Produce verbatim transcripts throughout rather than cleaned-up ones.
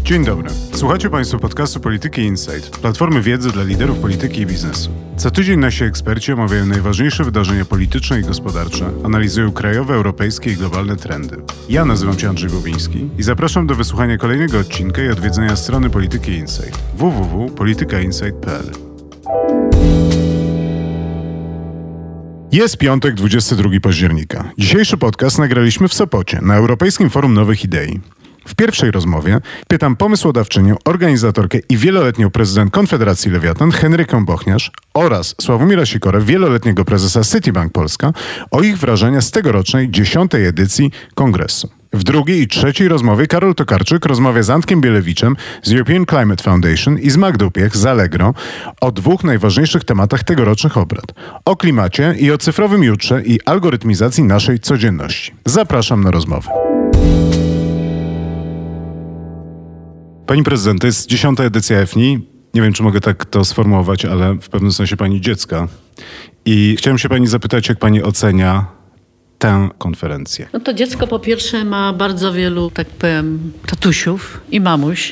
Dzień dobry. Słuchacie Państwo podcastu Polityki Insight, platformy wiedzy dla liderów polityki i biznesu. Co tydzień nasi eksperci omawiają najważniejsze wydarzenia polityczne i gospodarcze, analizują krajowe, europejskie i globalne trendy. Ja nazywam się Andrzej Bobiński i zapraszam do wysłuchania kolejnego odcinka i odwiedzenia strony Polityki Insight w w w kropka polityka insight kropka p l. Jest piątek, dwudziestego drugiego października. Dzisiejszy podcast nagraliśmy w Sopocie, na Europejskim Forum Nowych Idei. W pierwszej rozmowie pytam pomysłodawczynię, organizatorkę i wieloletnią prezydent Konfederacji Lewiatan Henrykę Bochniarz oraz Sławomira Sikorę, wieloletniego prezesa Citibank Polska, o ich wrażenia z tegorocznej dziesiątej edycji kongresu. W drugiej i trzeciej rozmowie Karol Tokarczyk rozmawia z Antkiem Bielewiczem z European Climate Foundation i z Magdą Piech z Allegro o dwóch najważniejszych tematach tegorocznych obrad. O klimacie i o cyfrowym jutrze i algorytmizacji naszej codzienności. Zapraszam na rozmowę. Pani prezydent, to jest dziesiąta edycja E F N I. Nie wiem, czy mogę tak to sformułować, ale w pewnym sensie pani dziecka. I chciałem się pani zapytać, jak pani ocenia tę konferencję. No to dziecko po pierwsze ma bardzo wielu, tak powiem, tatusiów i mamuś,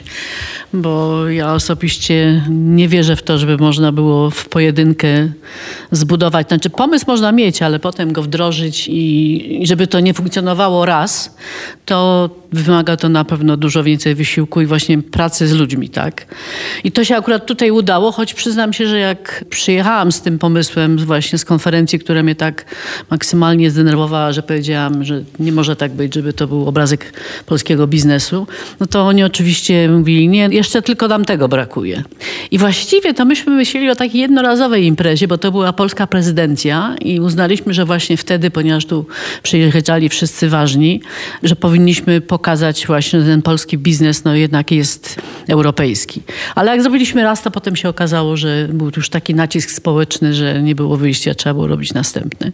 bo ja osobiście nie wierzę w to, żeby można było w pojedynkę zbudować. Znaczy pomysł można mieć, ale potem go wdrożyć i, i żeby to nie funkcjonowało raz, to wymaga to na pewno dużo więcej wysiłku i właśnie pracy z ludźmi, tak? I to się akurat tutaj udało, choć przyznam się, że jak przyjechałam z tym pomysłem właśnie z konferencji, która mnie tak maksymalnie zdenerwowała, że powiedziałam, że nie może tak być, żeby to był obrazek polskiego biznesu, no to oni oczywiście mówili, nie, jeszcze tylko nam tego brakuje. I właściwie to myśmy myśleli o takiej jednorazowej imprezie, bo to była polska prezydencja i uznaliśmy, że właśnie wtedy, ponieważ tu przyjeżdżali wszyscy ważni, że powinniśmy pokazać właśnie, że ten polski biznes no jednak jest europejski. Ale jak zrobiliśmy raz, to potem się okazało, że był już taki nacisk społeczny, że nie było wyjścia, trzeba było robić następny.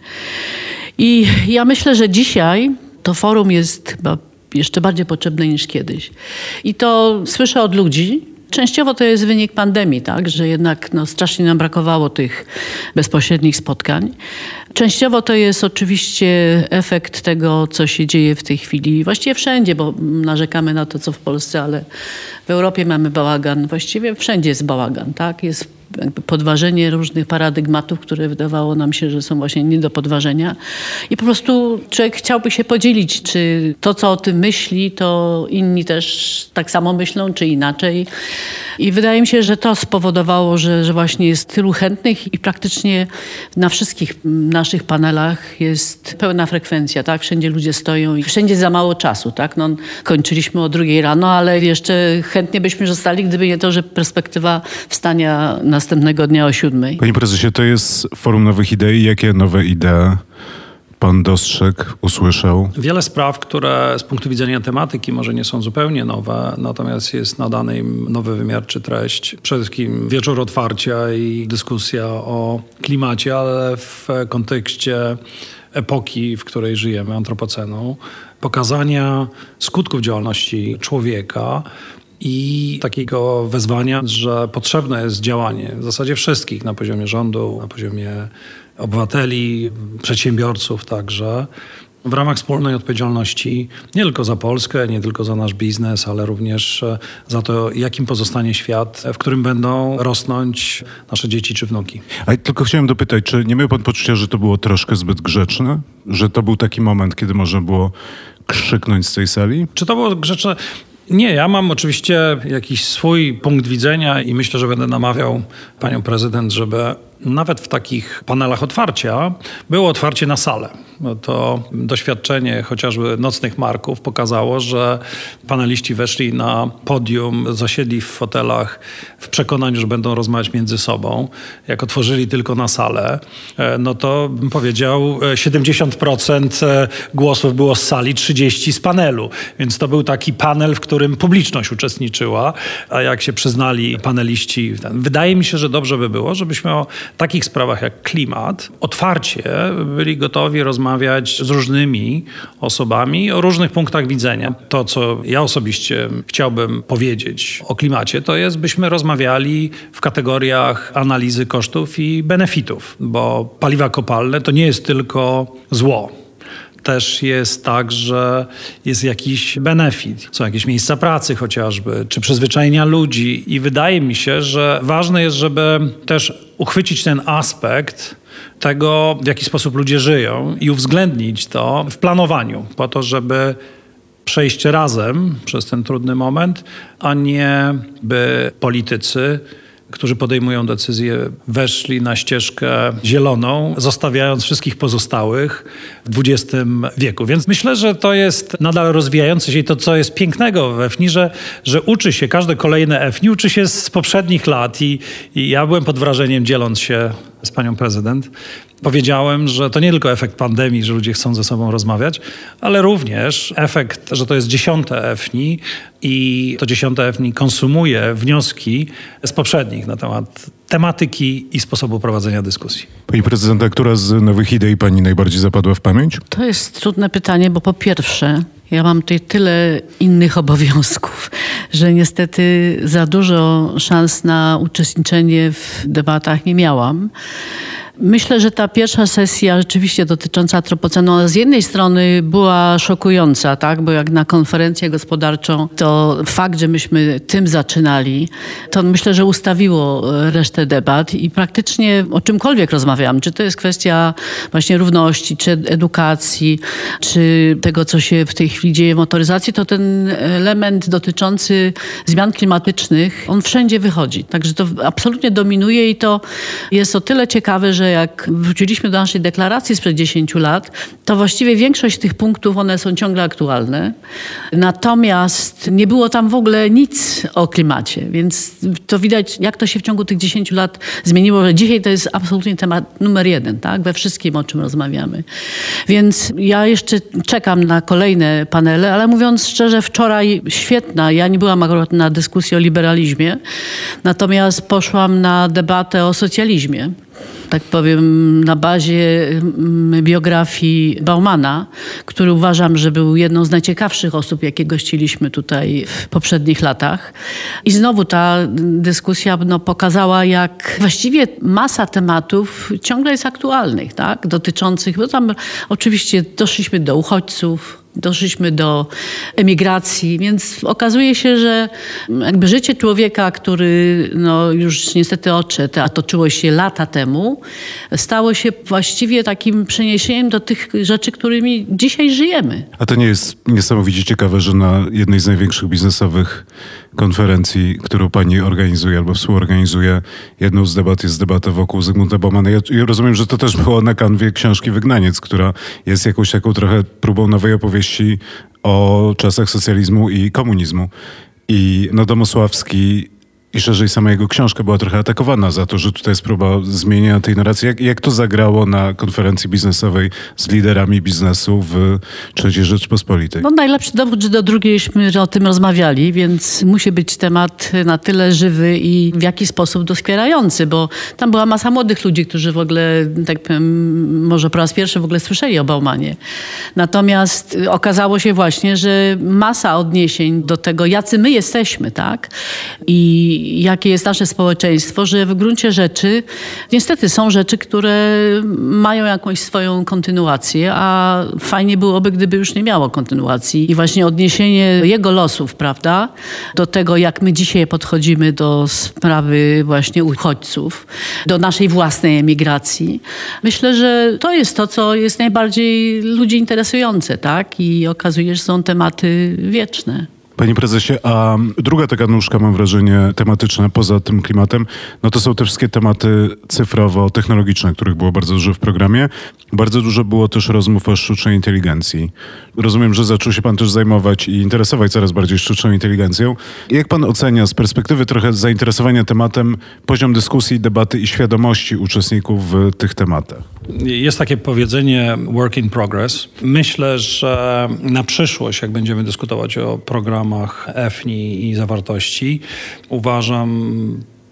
I ja myślę, że dzisiaj to forum jest chyba jeszcze bardziej potrzebne niż kiedyś. I to słyszę od ludzi. Częściowo to jest wynik pandemii, tak, że jednak no, strasznie nam brakowało tych bezpośrednich spotkań. Częściowo to jest oczywiście efekt tego, co się dzieje w tej chwili. Właściwie wszędzie, bo narzekamy na to, co w Polsce, ale w Europie mamy bałagan. Właściwie wszędzie jest bałagan, tak? Jest jakby podważenie różnych paradygmatów, które wydawało nam się, że są właśnie nie do podważenia. I po prostu człowiek chciałby się podzielić, czy to, co o tym myśli, to inni też tak samo myślą, czy inaczej. I wydaje mi się, że to spowodowało, że, że właśnie jest tylu chętnych i praktycznie na wszystkich naszych panelach jest pełna frekwencja, tak? Wszędzie ludzie stoją i wszędzie za mało czasu, tak? No, kończyliśmy o drugiej rano, ale jeszcze chętnie byśmy zostali, gdyby nie to, że perspektywa wstania następnego dnia o siódmej. Panie prezesie, to jest Forum Nowych Idei. Jakie nowe idee pan dostrzegł, usłyszał? Wiele spraw, które z punktu widzenia tematyki może nie są zupełnie nowe, natomiast jest nadany im nowy wymiar czy treść. Przede wszystkim wieczór otwarcia i dyskusja o klimacie, ale w kontekście epoki, w której żyjemy, antropocenu, pokazania skutków działalności człowieka i takiego wezwania, że potrzebne jest działanie w zasadzie wszystkich na poziomie rządu, na poziomie obywateli, przedsiębiorców także, w ramach wspólnej odpowiedzialności nie tylko za Polskę, nie tylko za nasz biznes, ale również za to, jakim pozostanie świat, w którym będą rosnąć nasze dzieci czy wnuki. A tylko chciałem dopytać, czy nie miał pan poczucia, że to było troszkę zbyt grzeczne? Że to był taki moment, kiedy można było krzyknąć z tej sali? Czy to było grzeczne? Nie, ja mam oczywiście jakiś swój punkt widzenia i myślę, że będę namawiał panią prezydent, żeby nawet w takich panelach otwarcia było otwarcie na salę. No to doświadczenie chociażby nocnych marków pokazało, że paneliści weszli na podium, zasiedli w fotelach w przekonaniu, że będą rozmawiać między sobą. Jak otworzyli tylko na salę, no to bym powiedział siedemdziesiąt procent głosów było z sali, trzydzieści procent z panelu. Więc to był taki panel, w którym publiczność uczestniczyła, a jak się przyznali paneliści, wydaje mi się, że dobrze by było, żebyśmy o takich sprawach jak klimat otwarcie byli gotowi rozmawiać z różnymi osobami o różnych punktach widzenia. To, co ja osobiście chciałbym powiedzieć o klimacie, to jest, byśmy rozmawiali w kategoriach analizy kosztów i benefitów, bo paliwa kopalne to nie jest tylko zło. też jest tak, że jest jakiś benefit. Są jakieś miejsca pracy chociażby, czy przyzwyczajenia ludzi. I wydaje mi się, że ważne jest, żeby też uchwycić ten aspekt tego, w jaki sposób ludzie żyją i uwzględnić to w planowaniu, po to, żeby przejść razem przez ten trudny moment, a nie by politycy, którzy podejmują decyzje, weszli na ścieżkę zieloną, zostawiając wszystkich pozostałych w dwudziestym wieku. Więc myślę, że to jest nadal rozwijające się i to, co jest pięknego w EFNI, że, że uczy się, każde kolejne EFNI uczy się z poprzednich lat i, i ja byłem pod wrażeniem, dzieląc się z panią prezydent, powiedziałem, że to nie tylko efekt pandemii, że ludzie chcą ze sobą rozmawiać, ale również efekt, że to jest dziesiąte EFNI i to dziesiąte EFNI konsumuje wnioski z poprzednich na temat tematyki i sposobu prowadzenia dyskusji. Pani prezydenta, która z nowych idei pani najbardziej zapadła w pamięć? To jest trudne pytanie, bo po pierwsze, ja mam tutaj tyle innych obowiązków, że niestety za dużo szans na uczestniczenie w debatach nie miałam. Myślę, że ta pierwsza sesja rzeczywiście dotycząca antropocenu z jednej strony była szokująca, tak? Bo jak na konferencję gospodarczą, to fakt, że myśmy tym zaczynali, to myślę, że ustawiło resztę debat i praktycznie o czymkolwiek rozmawiam. Czy to jest kwestia właśnie równości, czy edukacji, czy tego, co się w tej chwili dzieje w motoryzacji, to ten element dotyczący zmian klimatycznych, on wszędzie wychodzi. Także to absolutnie dominuje i to jest o tyle ciekawe, że jak wróciliśmy do naszej deklaracji sprzed dziesięciu lat, to właściwie większość tych punktów, one są ciągle aktualne. Natomiast nie było tam w ogóle nic o klimacie, więc to widać, jak to się w ciągu tych dziesięciu lat zmieniło, że dzisiaj to jest absolutnie temat numer jeden, tak? We wszystkim, o czym rozmawiamy. Więc ja jeszcze czekam na kolejne panele, ale mówiąc szczerze, wczoraj świetna, ja nie byłam akurat na dyskusji o liberalizmie, natomiast poszłam na debatę o socjalizmie. Tak powiem, na bazie biografii Baumana, który uważam, że był jedną z najciekawszych osób, jakie gościliśmy tutaj w poprzednich latach. I znowu ta dyskusja no, pokazała, jak właściwie masa tematów ciągle jest aktualnych, tak? Dotyczących, bo tam oczywiście doszliśmy do uchodźców, doszliśmy do emigracji, więc okazuje się, że jakby życie człowieka, który no już niestety odszedł, a toczyło się lata temu, stało się właściwie takim przeniesieniem do tych rzeczy, którymi dzisiaj żyjemy. A to nie jest niesamowicie ciekawe, że na jednej z największych biznesowych konferencji, którą pani organizuje albo współorganizuje, jedną z debat jest debata wokół Zygmunta Baumana. Ja rozumiem, że to też było na kanwie książki Wygnaniec, która jest jakąś taką trochę próbą nowej opowieści o czasach socjalizmu i komunizmu. I no Domosławski i szerzej sama jego książka była trochę atakowana za to, że tutaj jest próba zmienienia tej narracji. Jak, jak to zagrało na konferencji biznesowej z liderami biznesu w trzeciej Rzeczpospolitej? No najlepszy dowód, że do drugiejśmy o tym rozmawiali, więc musi być temat na tyle żywy i w jakiś sposób doskwierający, bo tam była masa młodych ludzi, którzy w ogóle, tak powiem, może po raz pierwszy w ogóle słyszeli o Baumanie. Natomiast okazało się właśnie, że masa odniesień do tego, jacy my jesteśmy, tak? I jakie jest nasze społeczeństwo, że w gruncie rzeczy niestety są rzeczy, które mają jakąś swoją kontynuację, a fajnie byłoby, gdyby już nie miało kontynuacji. I właśnie odniesienie jego losów, prawda, do tego, jak my dzisiaj podchodzimy do sprawy właśnie uchodźców, do naszej własnej emigracji. Myślę, że to jest to, co jest najbardziej ludzi interesujące, tak? I okazuje się, że są tematy wieczne. Panie prezesie, a druga taka nóżka, mam wrażenie, tematyczna poza tym klimatem, no to są te wszystkie tematy cyfrowo-technologiczne, których było bardzo dużo w programie. Bardzo dużo było też rozmów o sztucznej inteligencji. Rozumiem, że zaczął się pan też zajmować i interesować coraz bardziej sztuczną inteligencją. Jak pan ocenia z perspektywy trochę zainteresowania tematem poziom dyskusji, debaty i świadomości uczestników w tych tematach? Jest takie powiedzenie work in progress. Myślę, że na przyszłość, jak będziemy dyskutować o programach EFNI i zawartości, uważam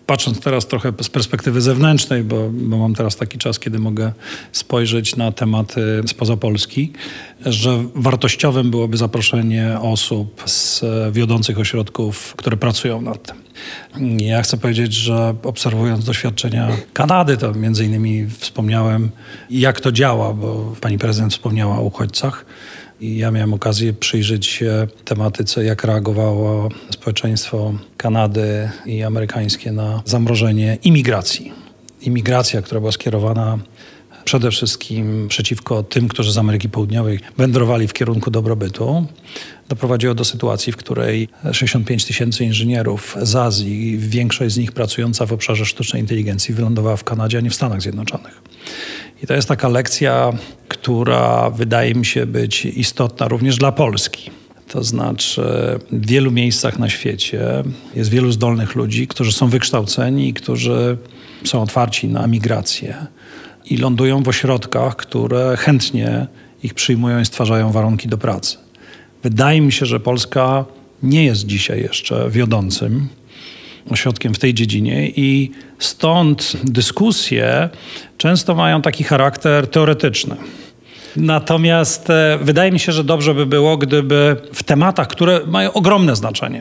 patrząc teraz trochę z perspektywy zewnętrznej, bo, bo mam teraz taki czas, kiedy mogę spojrzeć na tematy spoza Polski, że wartościowym byłoby zaproszenie osób z wiodących ośrodków, które pracują nad tym. Ja chcę powiedzieć, że obserwując doświadczenia Kanady, to między innymi wspomniałem, jak to działa, bo pani prezydent wspomniała o uchodźcach. I ja miałem okazję przyjrzeć się tematyce, jak reagowało społeczeństwo Kanady i amerykańskie na zamrożenie imigracji. Imigracja, która była skierowana przede wszystkim przeciwko tym, którzy z Ameryki Południowej wędrowali w kierunku dobrobytu, doprowadziło do sytuacji, w której sześćdziesiąt pięć tysięcy inżynierów z Azji, większość z nich pracująca w obszarze sztucznej inteligencji, wylądowała w Kanadzie, a nie w Stanach Zjednoczonych. I to jest taka lekcja, która wydaje mi się być istotna również dla Polski. To znaczy w wielu miejscach na świecie jest wielu zdolnych ludzi, którzy są wykształceni i którzy są otwarci na migrację i lądują w ośrodkach, które chętnie ich przyjmują i stwarzają warunki do pracy. Wydaje mi się, że Polska nie jest dzisiaj jeszcze wiodącym ośrodkiem w tej dziedzinie i stąd dyskusje często mają taki charakter teoretyczny. Natomiast e, wydaje mi się, że dobrze by było, gdyby w tematach, które mają ogromne znaczenie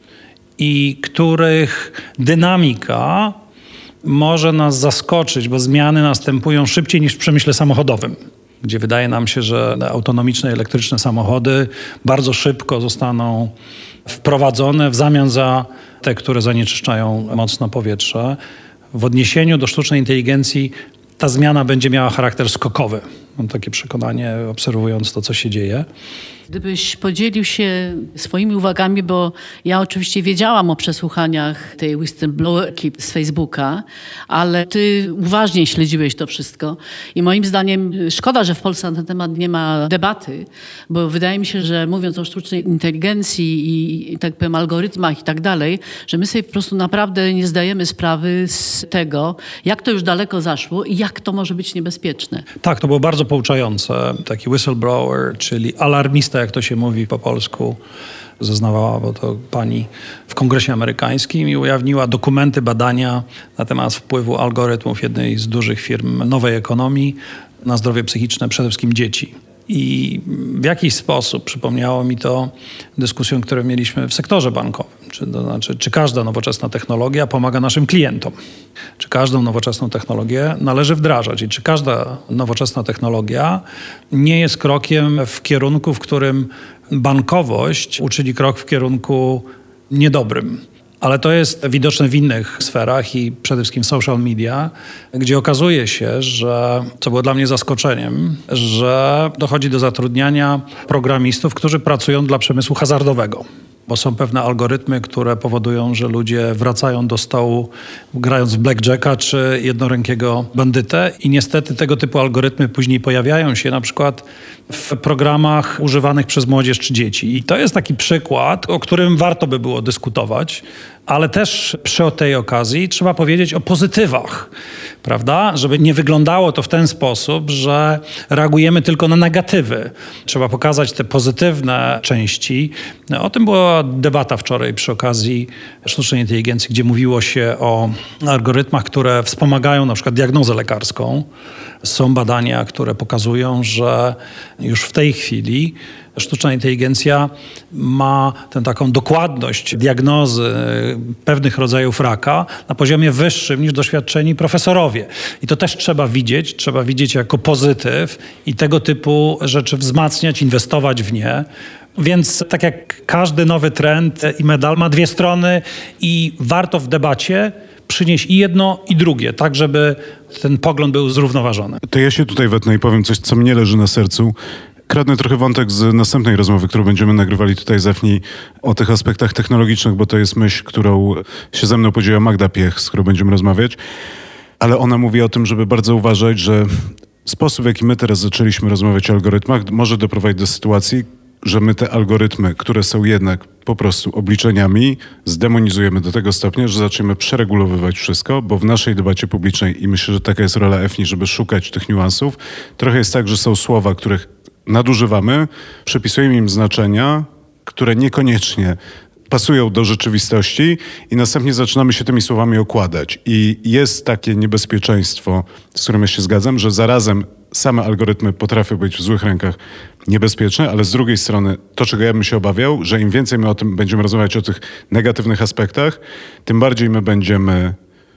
i których dynamika może nas zaskoczyć, bo zmiany następują szybciej niż w przemyśle samochodowym, gdzie wydaje nam się, że autonomiczne, elektryczne samochody bardzo szybko zostaną wprowadzone w zamian za te, które zanieczyszczają mocno powietrze. W odniesieniu do sztucznej inteligencji ta zmiana będzie miała charakter skokowy. Mam takie przekonanie, obserwując to, co się dzieje. Gdybyś podzielił się swoimi uwagami, bo ja oczywiście wiedziałam o przesłuchaniach tej whistleblowerki z Facebooka, ale ty uważnie śledziłeś to wszystko i moim zdaniem szkoda, że w Polsce na ten temat nie ma debaty, bo wydaje mi się, że mówiąc o sztucznej inteligencji i, i tak powiem algorytmach i tak dalej, że my sobie po prostu naprawdę nie zdajemy sprawy z tego, jak to już daleko zaszło i jak to może być niebezpieczne. Tak, to było bardzo pouczające. Taki whistleblower, czyli alarmista, jak to się mówi po polsku, zeznawała, bo to pani w Kongresie Amerykańskim i ujawniła dokumenty, badania na temat wpływu algorytmów jednej z dużych firm nowej ekonomii na zdrowie psychiczne przede wszystkim dzieci. I w jakiś sposób przypomniało mi to dyskusję, którą mieliśmy w sektorze bankowym. Czy, to znaczy, czy każda nowoczesna technologia pomaga naszym klientom? Czy każdą nowoczesną technologię należy wdrażać? I czy każda nowoczesna technologia nie jest krokiem w kierunku, w którym bankowość uczyni krok w kierunku niedobrym? Ale to jest widoczne w innych sferach i przede wszystkim w social media, gdzie okazuje się, że, co było dla mnie zaskoczeniem, że dochodzi do zatrudniania programistów, którzy pracują dla przemysłu hazardowego. Bo są pewne algorytmy, które powodują, że ludzie wracają do stołu grając w blackjacka czy jednorękiego bandytę i niestety tego typu algorytmy później pojawiają się na przykład w programach używanych przez młodzież czy dzieci. I to jest taki przykład, o którym warto by było dyskutować, ale też przy tej okazji trzeba powiedzieć o pozytywach, prawda? Żeby nie wyglądało to w ten sposób, że reagujemy tylko na negatywy. Trzeba pokazać te pozytywne części. O tym była debata wczoraj przy okazji sztucznej inteligencji, gdzie mówiło się o algorytmach, które wspomagają na przykład diagnozę lekarską. Są badania, które pokazują, że już w tej chwili sztuczna inteligencja ma tę taką dokładność diagnozy pewnych rodzajów raka na poziomie wyższym niż doświadczeni profesorowie. I to też trzeba widzieć, trzeba widzieć jako pozytyw i tego typu rzeczy wzmacniać, inwestować w nie. Więc tak jak każdy nowy trend i medal ma dwie strony i warto w debacie przynieść i jedno, i drugie, tak żeby ten pogląd był zrównoważony. To ja się tutaj wetnę i powiem coś, co mnie leży na sercu. Kradnę trochę wątek z następnej rozmowy, którą będziemy nagrywali tutaj z Efni o tych aspektach technologicznych, bo to jest myśl, którą się ze mną podzieliła Magda Piech, z którą będziemy rozmawiać. Ale ona mówi o tym, żeby bardzo uważać, że sposób, w jaki my teraz zaczęliśmy rozmawiać o algorytmach, może doprowadzić do sytuacji, że my te algorytmy, które są jednak po prostu obliczeniami, zdemonizujemy do tego stopnia, że zaczniemy przeregulowywać wszystko, bo w naszej debacie publicznej, i myślę, że taka jest rola Efni, żeby szukać tych niuansów, trochę jest tak, że są słowa, których nadużywamy, przypisujemy im znaczenia, które niekoniecznie pasują do rzeczywistości i następnie zaczynamy się tymi słowami okładać. I jest takie niebezpieczeństwo, z którym ja się zgadzam, że zarazem same algorytmy potrafią być w złych rękach niebezpieczne, ale z drugiej strony to, czego ja bym się obawiał, że im więcej my o tym będziemy rozmawiać, o tych negatywnych aspektach, tym bardziej my będziemy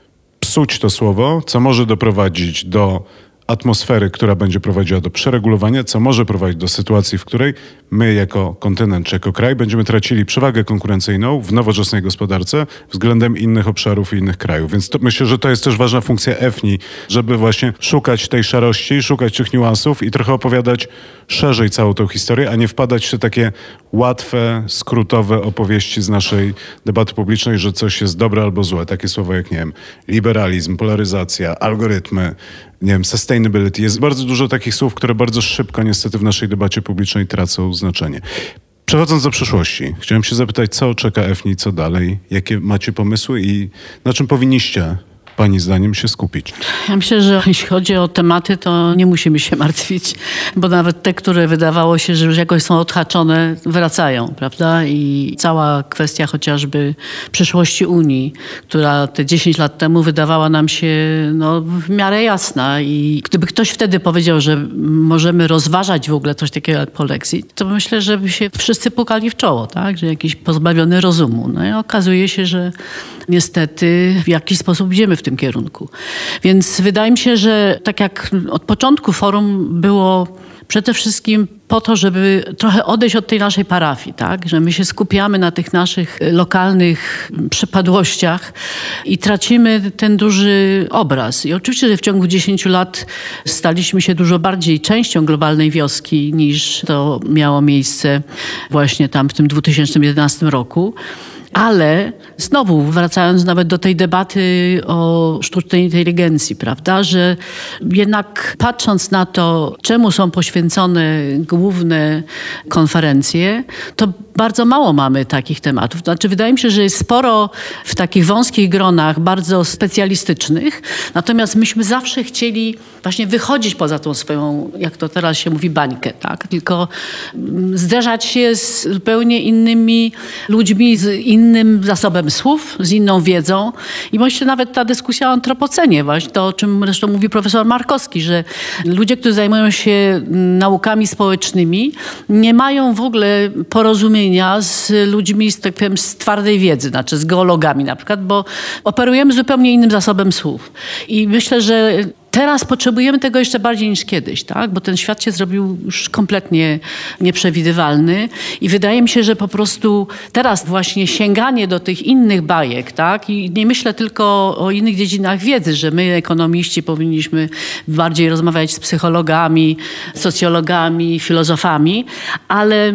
psuć to słowo, co może doprowadzić do atmosfery, która będzie prowadziła do przeregulowania, co może prowadzić do sytuacji, w której my jako kontynent czy jako kraj będziemy tracili przewagę konkurencyjną w nowoczesnej gospodarce względem innych obszarów i innych krajów. Więc to, myślę, że to jest też ważna funkcja E F N I, żeby właśnie szukać tej szarości, szukać tych niuansów i trochę opowiadać szerzej całą tą historię, a nie wpadać w te takie łatwe, skrótowe opowieści z naszej debaty publicznej, że coś jest dobre albo złe. Takie słowa jak, nie wiem, liberalizm, polaryzacja, algorytmy, nie wiem, sustainability. Jest bardzo dużo takich słów, które bardzo szybko niestety w naszej debacie publicznej tracą znaczenie. Przechodząc do przyszłości, chciałem się zapytać, co czeka E F N I, co dalej? Jakie macie pomysły i na czym powinniście Pani zdaniem się skupić? Ja myślę, że jeśli chodzi o tematy, to nie musimy się martwić, bo nawet te, które wydawało się, że już jakoś są odhaczone, wracają, prawda? I cała kwestia chociażby przyszłości Unii, która te dziesięć lat temu wydawała nam się no, w miarę jasna i gdyby ktoś wtedy powiedział, że możemy rozważać w ogóle coś takiego jak polexit, to myślę, że by się wszyscy pukali w czoło, tak? Że jakiś pozbawiony rozumu. No i okazuje się, że niestety w jakiś sposób idziemy w tym kierunku. Więc wydaje mi się, że tak jak od początku forum było przede wszystkim po to, żeby trochę odejść od tej naszej parafii, tak? Że my się skupiamy na tych naszych lokalnych przypadłościach i tracimy ten duży obraz. I oczywiście, że w ciągu dziesięciu lat staliśmy się dużo bardziej częścią globalnej wioski niż to miało miejsce właśnie tam w tym dwa tysiące jedenastym roku. Ale znowu wracając nawet do tej debaty o sztucznej inteligencji, prawda, że jednak patrząc na to, czemu są poświęcone główne konferencje, to bardzo mało mamy takich tematów. Znaczy wydaje mi się, że jest sporo w takich wąskich gronach, bardzo specjalistycznych, natomiast myśmy zawsze chcieli właśnie wychodzić poza tą swoją, jak to teraz się mówi, bańkę, tak? Tylko zderzać się z zupełnie innymi ludźmi, z innym zasobem słów, z inną wiedzą i myślę nawet ta dyskusja o antropocenie, właśnie to, o czym zresztą mówi profesor Markowski, że ludzie, którzy zajmują się naukami społecznymi, nie mają w ogóle porozumienia z ludźmi z, tak powiem, z twardej wiedzy, znaczy z geologami na przykład, bo operujemy zupełnie innym zasobem słów. I myślę, że teraz potrzebujemy tego jeszcze bardziej niż kiedyś, tak? Bo ten świat się zrobił już kompletnie nieprzewidywalny i wydaje mi się, że po prostu teraz właśnie sięganie do tych innych bajek, tak? I nie myślę tylko o innych dziedzinach wiedzy, że my ekonomiści powinniśmy bardziej rozmawiać z psychologami, socjologami, filozofami, ale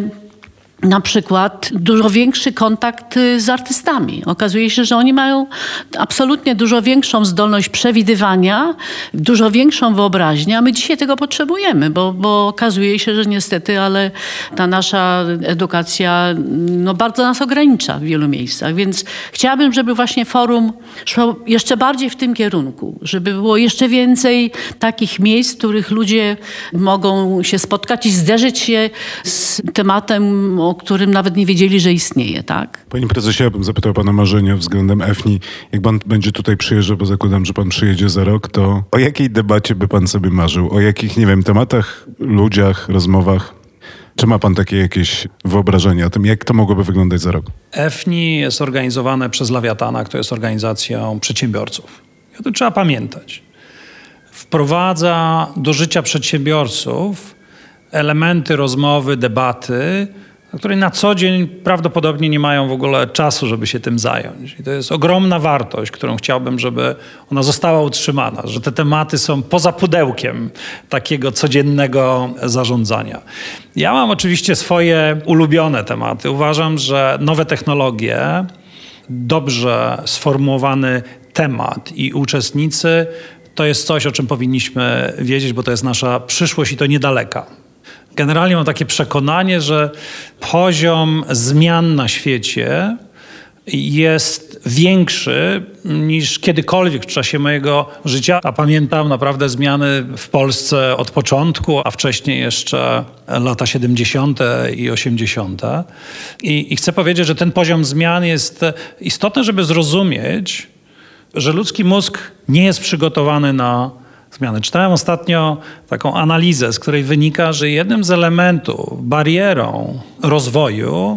na przykład dużo większy kontakt z artystami. Okazuje się, że oni mają absolutnie dużo większą zdolność przewidywania, dużo większą wyobraźnię, a my dzisiaj tego potrzebujemy, bo, bo okazuje się, że niestety, ale ta nasza edukacja no, bardzo nas ogranicza w wielu miejscach. Więc chciałabym, żeby właśnie forum szło jeszcze bardziej w tym kierunku, żeby było jeszcze więcej takich miejsc, w których ludzie mogą się spotkać i zderzyć się z tematem, o którym nawet nie wiedzieli, że istnieje, tak? Panie prezesie, ja bym zapytał pana marzenia względem E F N I. Jak pan będzie tutaj przyjeżdżał, bo zakładam, że pan przyjedzie za rok, to o jakiej debacie by pan sobie marzył? O jakich, nie wiem, tematach, ludziach, rozmowach? Czy ma pan takie jakieś wyobrażenie o tym, jak to mogłoby wyglądać za rok? E F N I jest organizowane przez Lewiatana, która jest organizacją przedsiębiorców. I o tym trzeba pamiętać. Wprowadza do życia przedsiębiorców elementy rozmowy, debaty, na której na co dzień prawdopodobnie nie mają w ogóle czasu, żeby się tym zająć. I to jest ogromna wartość, którą chciałbym, żeby ona została utrzymana, że te tematy są poza pudełkiem takiego codziennego zarządzania. Ja mam oczywiście swoje ulubione tematy. Uważam, że nowe technologie, dobrze sformułowany temat i uczestnicy to jest coś, o czym powinniśmy wiedzieć, bo to jest nasza przyszłość i to niedaleka. Generalnie mam takie przekonanie, że poziom zmian na świecie jest większy niż kiedykolwiek w czasie mojego życia. A pamiętam naprawdę zmiany w Polsce od początku, a wcześniej jeszcze lata siedemdziesiąte i osiemdziesiąte. I, I chcę powiedzieć, że ten poziom zmian jest istotny, żeby zrozumieć, że ludzki mózg nie jest przygotowany na zmiany. Czytałem ostatnio taką analizę, z której wynika, że jednym z elementów, barierą rozwoju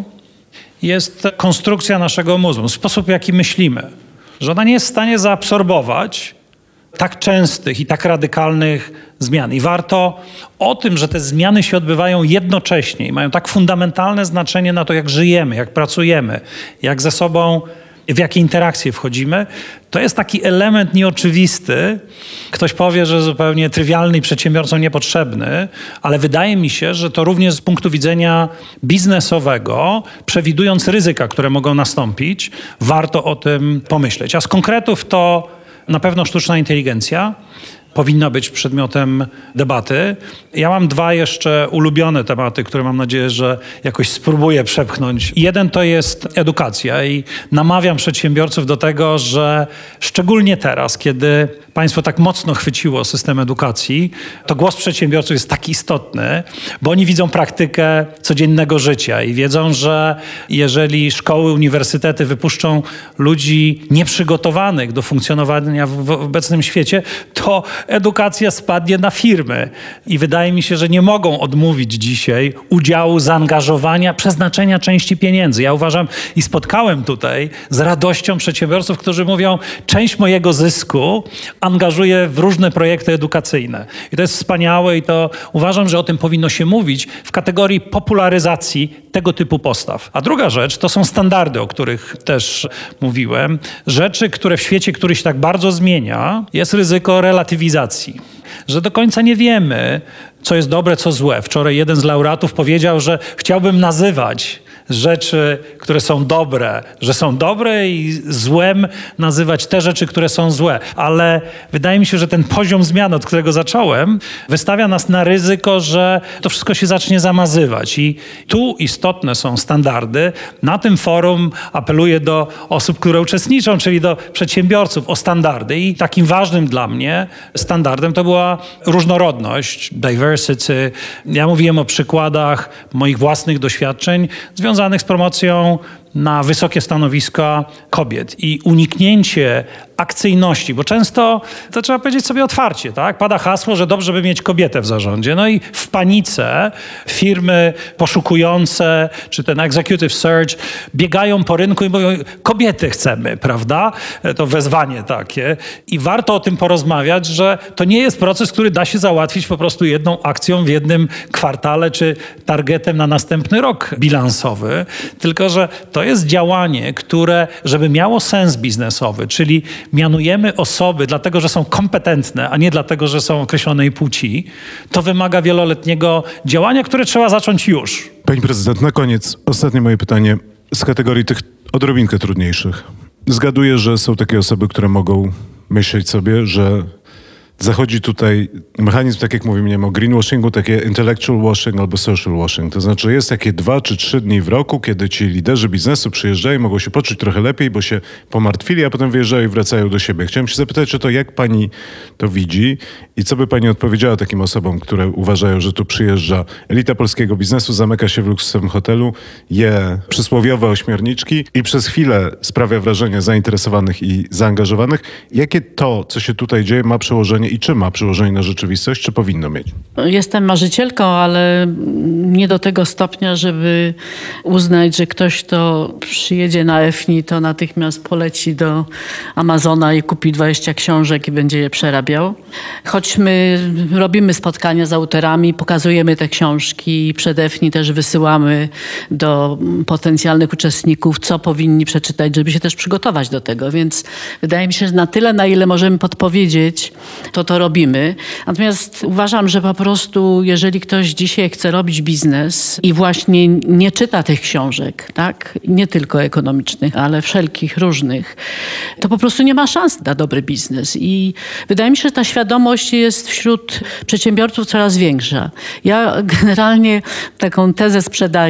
jest konstrukcja naszego mózgu, sposób, w jaki myślimy. Że ona nie jest w stanie zaabsorbować tak częstych i tak radykalnych zmian. I warto o tym, że te zmiany się odbywają jednocześnie i mają tak fundamentalne znaczenie na to, jak żyjemy, jak pracujemy, jak ze sobą, w jakie interakcje wchodzimy, to jest taki element nieoczywisty. Ktoś powie, że zupełnie trywialny i przedsiębiorcom niepotrzebny, ale wydaje mi się, że to również z punktu widzenia biznesowego, przewidując ryzyka, które mogą nastąpić, warto o tym pomyśleć. A z konkretów to na pewno sztuczna inteligencja powinna być przedmiotem debaty. Ja mam dwa jeszcze ulubione tematy, które mam nadzieję, że jakoś spróbuję przepchnąć. Jeden to jest edukacja i namawiam przedsiębiorców do tego, że szczególnie teraz, kiedy państwo tak mocno chwyciło system edukacji, to głos przedsiębiorców jest tak istotny, bo oni widzą praktykę codziennego życia i wiedzą, że jeżeli szkoły, uniwersytety wypuszczą ludzi nieprzygotowanych do funkcjonowania w obecnym świecie, to edukacja spadnie na firmy. I wydaje mi się, że nie mogą odmówić dzisiaj udziału, zaangażowania, przeznaczenia części pieniędzy. Ja uważam i spotkałem tutaj z radością przedsiębiorców, którzy mówią, część mojego zysku angażuję w różne projekty edukacyjne. I to jest wspaniałe i to uważam, że o tym powinno się mówić w kategorii popularyzacji tego typu postaw. A druga rzecz to są standardy, o których też mówiłem. Rzeczy, które w świecie, który się tak bardzo zmienia, jest ryzyko relatywizacji. Że do końca nie wiemy, co jest dobre, co złe. Wczoraj jeden z laureatów powiedział, że chciałbym nazywać rzeczy, które są dobre, że są dobre i złem nazywać te rzeczy, które są złe. Ale wydaje mi się, że ten poziom zmian, od którego zacząłem, wystawia nas na ryzyko, że to wszystko się zacznie zamazywać. I tu istotne są standardy. Na tym forum apeluję do osób, które uczestniczą, czyli do przedsiębiorców o standardy. I takim ważnym dla mnie standardem to była różnorodność, diversity. Ja mówiłem o przykładach moich własnych doświadczeń związanych związanych z promocją na wysokie stanowiska kobiet i uniknięcie akcyjności, bo często, to trzeba powiedzieć sobie otwarcie, tak? Pada hasło, że dobrze by mieć kobietę w zarządzie. No i w panice firmy poszukujące, czy ten executive search, biegają po rynku i mówią, kobiety chcemy, prawda? To wezwanie takie. I warto o tym porozmawiać, że to nie jest proces, który da się załatwić po prostu jedną akcją w jednym kwartale, czy targetem na następny rok bilansowy, tylko że to jest działanie, które, żeby miało sens biznesowy, czyli mianujemy osoby dlatego, że są kompetentne, a nie dlatego, że są określonej płci, to wymaga wieloletniego działania, które trzeba zacząć już. Pani prezydent, na koniec ostatnie moje pytanie z kategorii tych odrobinkę trudniejszych. Zgaduję, że są takie osoby, które mogą myśleć sobie, że zachodzi tutaj mechanizm, tak jak mówimy, nie wiem, o greenwashingu, takie intellectual washing albo social washing. To znaczy jest takie dwa czy trzy dni w roku, kiedy ci liderzy biznesu przyjeżdżają, mogą się poczuć trochę lepiej, bo się pomartwili, a potem wyjeżdżają i wracają do siebie. Chciałem się zapytać o to, jak pani to widzi i co by pani odpowiedziała takim osobom, które uważają, że tu przyjeżdża elita polskiego biznesu, zamyka się w luksusowym hotelu, je przysłowiowe ośmiorniczki i przez chwilę sprawia wrażenie zainteresowanych i zaangażowanych. Jakie to, co się tutaj dzieje, ma przełożenie i czy ma przełożenie na rzeczywistość, czy powinno mieć? Jestem marzycielką, ale nie do tego stopnia, żeby uznać, że ktoś, kto przyjedzie na E F N I, to natychmiast poleci do Amazona i kupi dwadzieścia książek i będzie je przerabiał. Choć my robimy spotkania z autorami, pokazujemy te książki i przed E F N I też wysyłamy do potencjalnych uczestników, co powinni przeczytać, żeby się też przygotować do tego. Więc wydaje mi się, że na tyle, na ile możemy podpowiedzieć, to to robimy. Natomiast uważam, że po prostu, jeżeli ktoś dzisiaj chce robić biznes i właśnie nie czyta tych książek, tak, nie tylko ekonomicznych, ale wszelkich różnych, to po prostu nie ma szans na dobry biznes. I wydaje mi się, że ta świadomość jest wśród przedsiębiorców coraz większa. Ja generalnie taką tezę sprzedaję,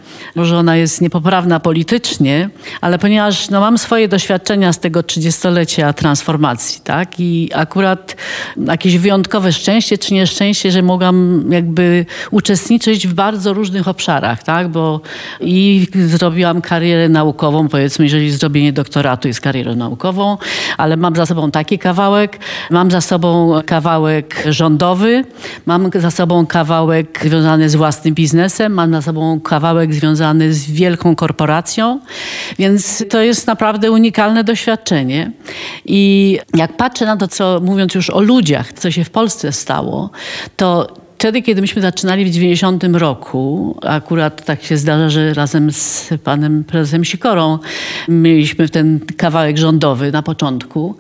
Może ona jest niepoprawna politycznie, ale ponieważ no, mam swoje doświadczenia z tego trzydziestolecia transformacji, tak? I akurat jakieś wyjątkowe szczęście czy nieszczęście, że mogłam jakby uczestniczyć w bardzo różnych obszarach, tak? Bo i zrobiłam karierę naukową, powiedzmy, jeżeli zrobienie doktoratu jest karierą naukową, ale mam za sobą taki kawałek, mam za sobą kawałek rządowy, mam za sobą kawałek związany z własnym biznesem, mam za sobą kawałek związany z wielką korporacją, więc to jest naprawdę unikalne doświadczenie. I jak patrzę na to, co mówiąc już o ludziach, co się w Polsce stało, to wtedy, kiedy myśmy zaczynali w dziewięćdziesiątym roku, akurat tak się zdarza, że razem z panem prezesem Sikorą mieliśmy ten kawałek rządowy na początku,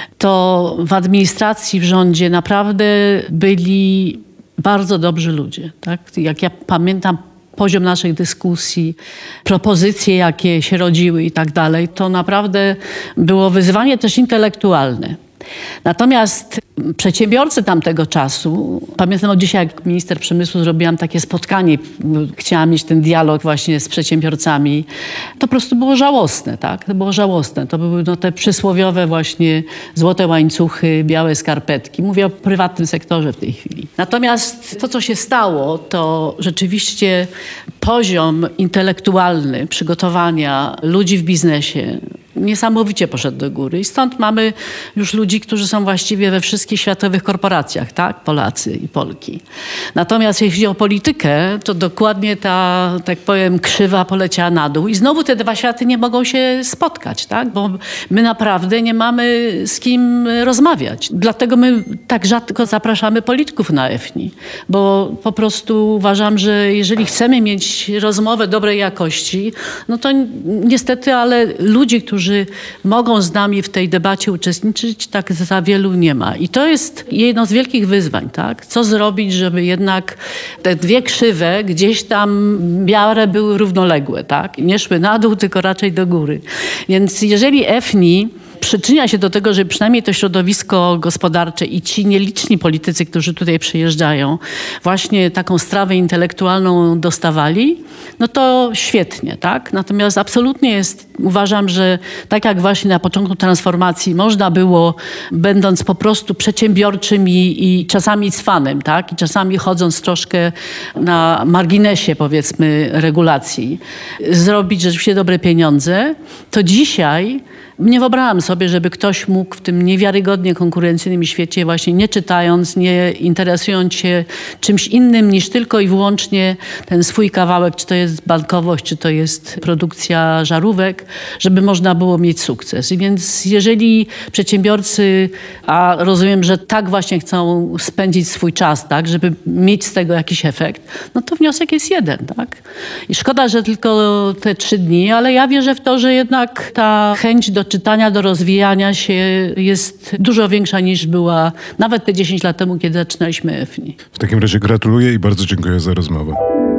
to w administracji, w rządzie naprawdę byli bardzo dobrzy ludzie. Tak? Jak ja pamiętam poziom naszych dyskusji, propozycje, jakie się rodziły i tak dalej, to naprawdę było wyzwanie też intelektualne. Natomiast przedsiębiorcy tamtego czasu, pamiętam od dzisiaj, jak minister przemysłu zrobiłam takie spotkanie, chciałam mieć ten dialog właśnie z przedsiębiorcami, to po prostu było żałosne, tak? To było żałosne. To były no, te przysłowiowe właśnie złote łańcuchy, białe skarpetki. Mówię o prywatnym sektorze w tej chwili. Natomiast to, co się stało, to rzeczywiście poziom intelektualny przygotowania ludzi w biznesie niesamowicie poszedł do góry. I stąd mamy już ludzi, którzy są właściwie we wszystkich światowych korporacjach, tak? Polacy i Polki. Natomiast jeśli chodzi o politykę, to dokładnie ta, tak powiem, krzywa poleciała na dół. I znowu te dwa światy nie mogą się spotkać, tak? Bo my naprawdę nie mamy z kim rozmawiać. Dlatego my tak rzadko zapraszamy polityków na E F N I. Bo po prostu uważam, że jeżeli chcemy mieć rozmowę dobrej jakości, no to niestety, ale ludzi, którzy mogą z nami w tej debacie uczestniczyć, tak za wielu nie ma. I to jest jedno z wielkich wyzwań, tak? Co zrobić, żeby jednak te dwie krzywe gdzieś tam w miarę były równoległe, tak? Nie szły na dół, tylko raczej do góry. Więc jeżeli E F N I przyczynia się do tego, że przynajmniej to środowisko gospodarcze i ci nieliczni politycy, którzy tutaj przyjeżdżają, właśnie taką strawę intelektualną dostawali, no to świetnie, tak? Natomiast absolutnie jest, uważam, że tak jak właśnie na początku transformacji można było, będąc po prostu przedsiębiorczym i, i czasami cwanym, tak? I czasami chodząc troszkę na marginesie, powiedzmy, regulacji, zrobić rzeczywiście dobre pieniądze, to dzisiaj nie wyobrażam sobie, żeby ktoś mógł w tym niewiarygodnie konkurencyjnym świecie właśnie nie czytając, nie interesując się czymś innym niż tylko i wyłącznie ten swój kawałek, czy to jest bankowość, czy to jest produkcja żarówek, żeby można było mieć sukces. I więc jeżeli przedsiębiorcy, a rozumiem, że tak właśnie chcą spędzić swój czas, tak, żeby mieć z tego jakiś efekt, no to wniosek jest jeden, tak? I szkoda, że tylko te trzy dni, ale ja wierzę w to, że jednak ta chęć do czytania, do rozwijania się jest dużo większa niż była nawet te dziesięć lat temu, kiedy zaczynaliśmy E F N I. W takim razie gratuluję i bardzo dziękuję za rozmowę.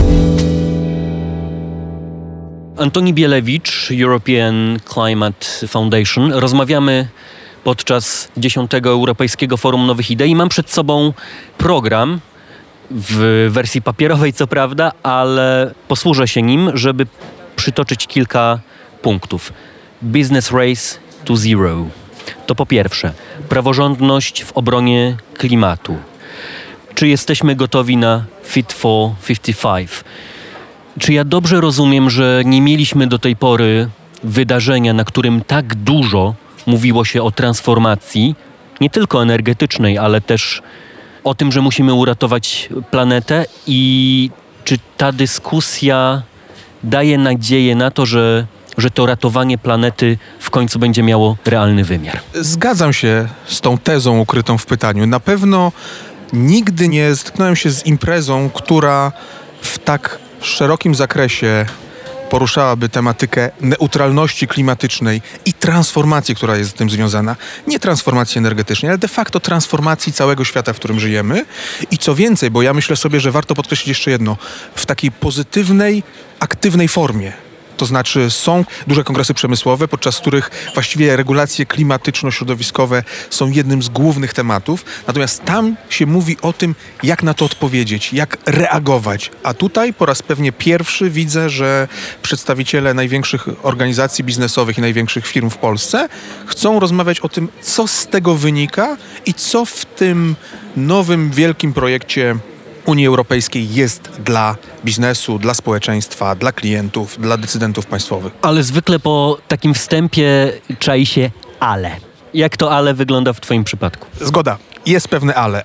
Antoni Bielewicz, European Climate Foundation. Rozmawiamy podczas dziesiątego Europejskiego Forum Nowych Idei. Mam przed sobą program w wersji papierowej, co prawda, ale posłużę się nim, żeby przytoczyć kilka punktów. Business Race to Zero. To po pierwsze, praworządność w obronie klimatu. Czy jesteśmy gotowi na Fit for pięćdziesiąt pięć? Czy ja dobrze rozumiem, że nie mieliśmy do tej pory wydarzenia, na którym tak dużo mówiło się o transformacji, nie tylko energetycznej, ale też o tym, że musimy uratować planetę? I czy ta dyskusja daje nadzieję na to, że że to ratowanie planety w końcu będzie miało realny wymiar? Zgadzam się z tą tezą ukrytą w pytaniu. Na pewno nigdy nie zetknąłem się z imprezą, która w tak szerokim zakresie poruszałaby tematykę neutralności klimatycznej i transformacji, która jest z tym związana. Nie transformacji energetycznej, ale de facto transformacji całego świata, w którym żyjemy. I co więcej, bo ja myślę sobie, że warto podkreślić jeszcze jedno, w takiej pozytywnej, aktywnej formie. To znaczy są duże kongresy przemysłowe, podczas których właściwie regulacje klimatyczno-środowiskowe są jednym z głównych tematów. Natomiast tam się mówi o tym, jak na to odpowiedzieć, jak reagować. A tutaj po raz pewnie pierwszy widzę, że przedstawiciele największych organizacji biznesowych i największych firm w Polsce chcą rozmawiać o tym, co z tego wynika i co w tym nowym, wielkim projekcie Unii Europejskiej jest dla biznesu, dla społeczeństwa, dla klientów, dla decydentów państwowych. Ale zwykle po takim wstępie czai się ale. Jak to ale wygląda w twoim przypadku? Zgoda. Jest pewne ale.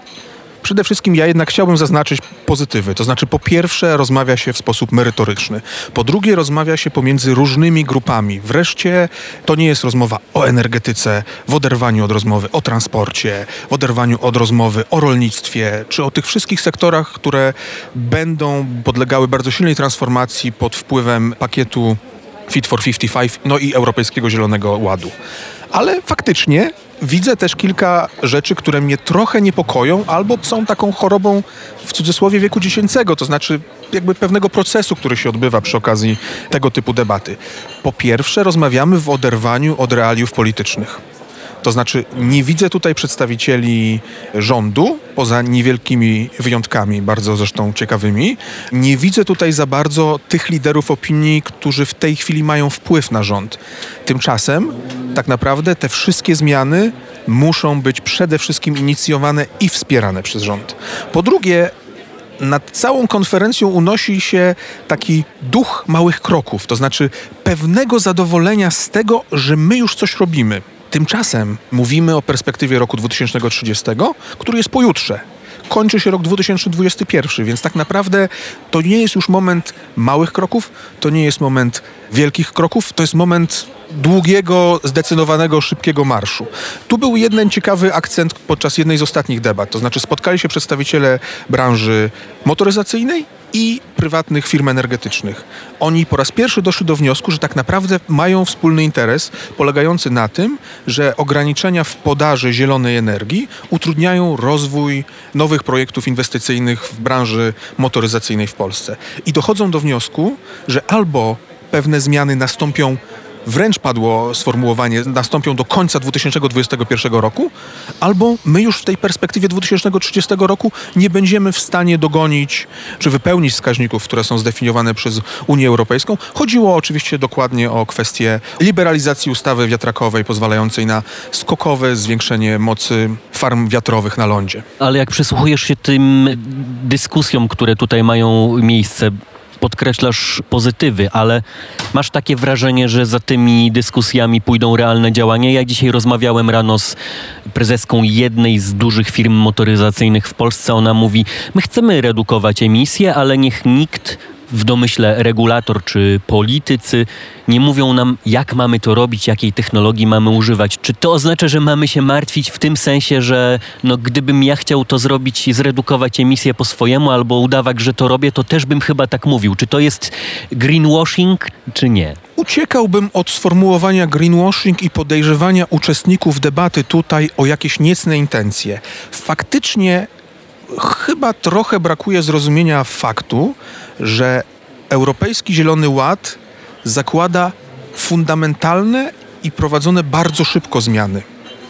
Przede wszystkim ja jednak chciałbym zaznaczyć pozytywy. To znaczy, po pierwsze, rozmawia się w sposób merytoryczny. Po drugie, rozmawia się pomiędzy różnymi grupami. Wreszcie to nie jest rozmowa o energetyce w oderwaniu od rozmowy o transporcie, w oderwaniu od rozmowy o rolnictwie, czy o tych wszystkich sektorach, które będą podlegały bardzo silnej transformacji pod wpływem pakietu Fit for pięćdziesiąt pięć, no i Europejskiego Zielonego Ładu. Ale faktycznie widzę też kilka rzeczy, które mnie trochę niepokoją albo są taką chorobą w cudzysłowie wieku dziecięcego, to znaczy jakby pewnego procesu, który się odbywa przy okazji tego typu debaty. Po pierwsze, rozmawiamy w oderwaniu od realiów politycznych. To znaczy nie widzę tutaj przedstawicieli rządu, poza niewielkimi wyjątkami, bardzo zresztą ciekawymi. Nie widzę tutaj za bardzo tych liderów opinii, którzy w tej chwili mają wpływ na rząd. Tymczasem tak naprawdę te wszystkie zmiany muszą być przede wszystkim inicjowane i wspierane przez rząd. Po drugie, nad całą konferencją unosi się taki duch małych kroków, to znaczy pewnego zadowolenia z tego, że my już coś robimy. Tymczasem mówimy o perspektywie roku dwa tysiące trzydziestego, który jest pojutrze. Kończy się rok dwa tysiące dwudziesty pierwszy, więc tak naprawdę to nie jest już moment małych kroków, to nie jest moment wielkich kroków, to jest moment długiego, zdecydowanego, szybkiego marszu. Tu był jeden ciekawy akcent podczas jednej z ostatnich debat, to znaczy spotkali się przedstawiciele branży motoryzacyjnej i prywatnych firm energetycznych. Oni po raz pierwszy doszli do wniosku, że tak naprawdę mają wspólny interes polegający na tym, że ograniczenia w podaży zielonej energii utrudniają rozwój nowych projektów inwestycyjnych w branży motoryzacyjnej w Polsce. I dochodzą do wniosku, że albo pewne zmiany nastąpią, wręcz padło sformułowanie, nastąpią do końca dwa tysiące dwudziestego pierwszego roku, albo my już w tej perspektywie dwa tysiące trzydziestego roku nie będziemy w stanie dogonić czy wypełnić wskaźników, które są zdefiniowane przez Unię Europejską. Chodziło oczywiście dokładnie o kwestię liberalizacji ustawy wiatrakowej pozwalającej na skokowe zwiększenie mocy farm wiatrowych na lądzie. Ale jak przysłuchujesz się tym dyskusjom, które tutaj mają miejsce, podkreślasz pozytywy, ale masz takie wrażenie, że za tymi dyskusjami pójdą realne działania? Ja dzisiaj rozmawiałem rano z prezeską jednej z dużych firm motoryzacyjnych w Polsce. Ona mówi, my chcemy redukować emisje, ale niech nikt, w domyśle regulator czy politycy, nie mówią nam, jak mamy to robić, jakiej technologii mamy używać. Czy to oznacza, że mamy się martwić w tym sensie, że no, gdybym ja chciał to zrobić i zredukować emisję po swojemu albo udawać, że to robię, to też bym chyba tak mówił. Czy to jest greenwashing, czy nie? Uciekałbym od sformułowania greenwashing i podejrzewania uczestników debaty tutaj o jakieś niecne intencje. Faktycznie chyba trochę brakuje zrozumienia faktu, że Europejski Zielony Ład zakłada fundamentalne i prowadzone bardzo szybko zmiany.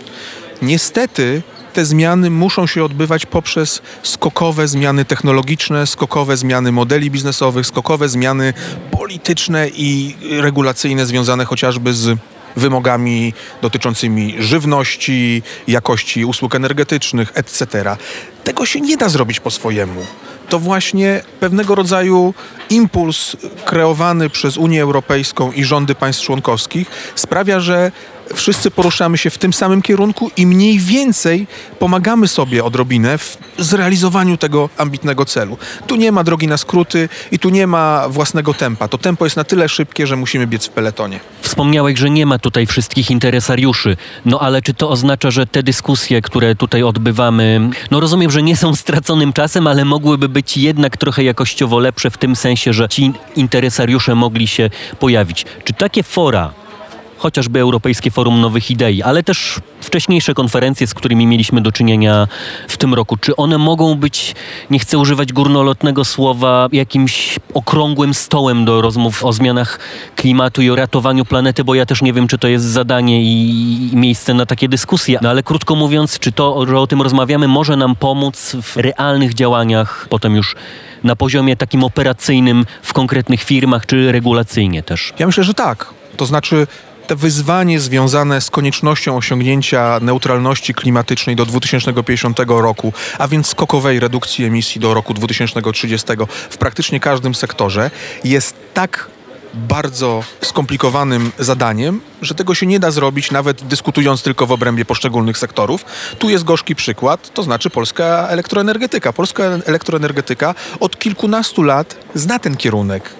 Niestety te zmiany muszą się odbywać poprzez skokowe zmiany technologiczne, skokowe zmiany modeli biznesowych, skokowe zmiany polityczne i regulacyjne związane chociażby z wymogami dotyczącymi żywności, jakości usług energetycznych, et cetera. Tego się nie da zrobić po swojemu. To właśnie pewnego rodzaju impuls kreowany przez Unię Europejską i rządy państw członkowskich sprawia, że wszyscy poruszamy się w tym samym kierunku i mniej więcej pomagamy sobie odrobinę w zrealizowaniu tego ambitnego celu. Tu nie ma drogi na skróty i tu nie ma własnego tempa. To tempo jest na tyle szybkie, że musimy biec w peletonie. Wspomniałeś, że nie ma tutaj wszystkich interesariuszy. No ale czy to oznacza, że te dyskusje, które tutaj odbywamy, no rozumiem, że nie są straconym czasem, ale mogłyby być jednak trochę jakościowo lepsze w tym sensie, że ci interesariusze mogli się pojawić. Czy takie fora, chociażby Europejskie Forum Nowych Idei, ale też wcześniejsze konferencje, z którymi mieliśmy do czynienia w tym roku. Czy one mogą być, nie chcę używać górnolotnego słowa, jakimś okrągłym stołem do rozmów o zmianach klimatu i o ratowaniu planety, bo ja też nie wiem, czy to jest zadanie i, i miejsce na takie dyskusje. No ale krótko mówiąc, czy to, że o tym rozmawiamy, może nam pomóc w realnych działaniach, potem już na poziomie takim operacyjnym w konkretnych firmach, czy regulacyjnie też? Ja myślę, że tak. To znaczy te wyzwanie związane z koniecznością osiągnięcia neutralności klimatycznej do dwa tysiące pięćdziesiątego roku, a więc skokowej redukcji emisji do roku dwa tysiące trzydziestego w praktycznie każdym sektorze, jest tak bardzo skomplikowanym zadaniem, że tego się nie da zrobić nawet dyskutując tylko w obrębie poszczególnych sektorów. Tu jest gorzki przykład, to znaczy polska elektroenergetyka. Polska elektroenergetyka od kilkunastu lat zna ten kierunek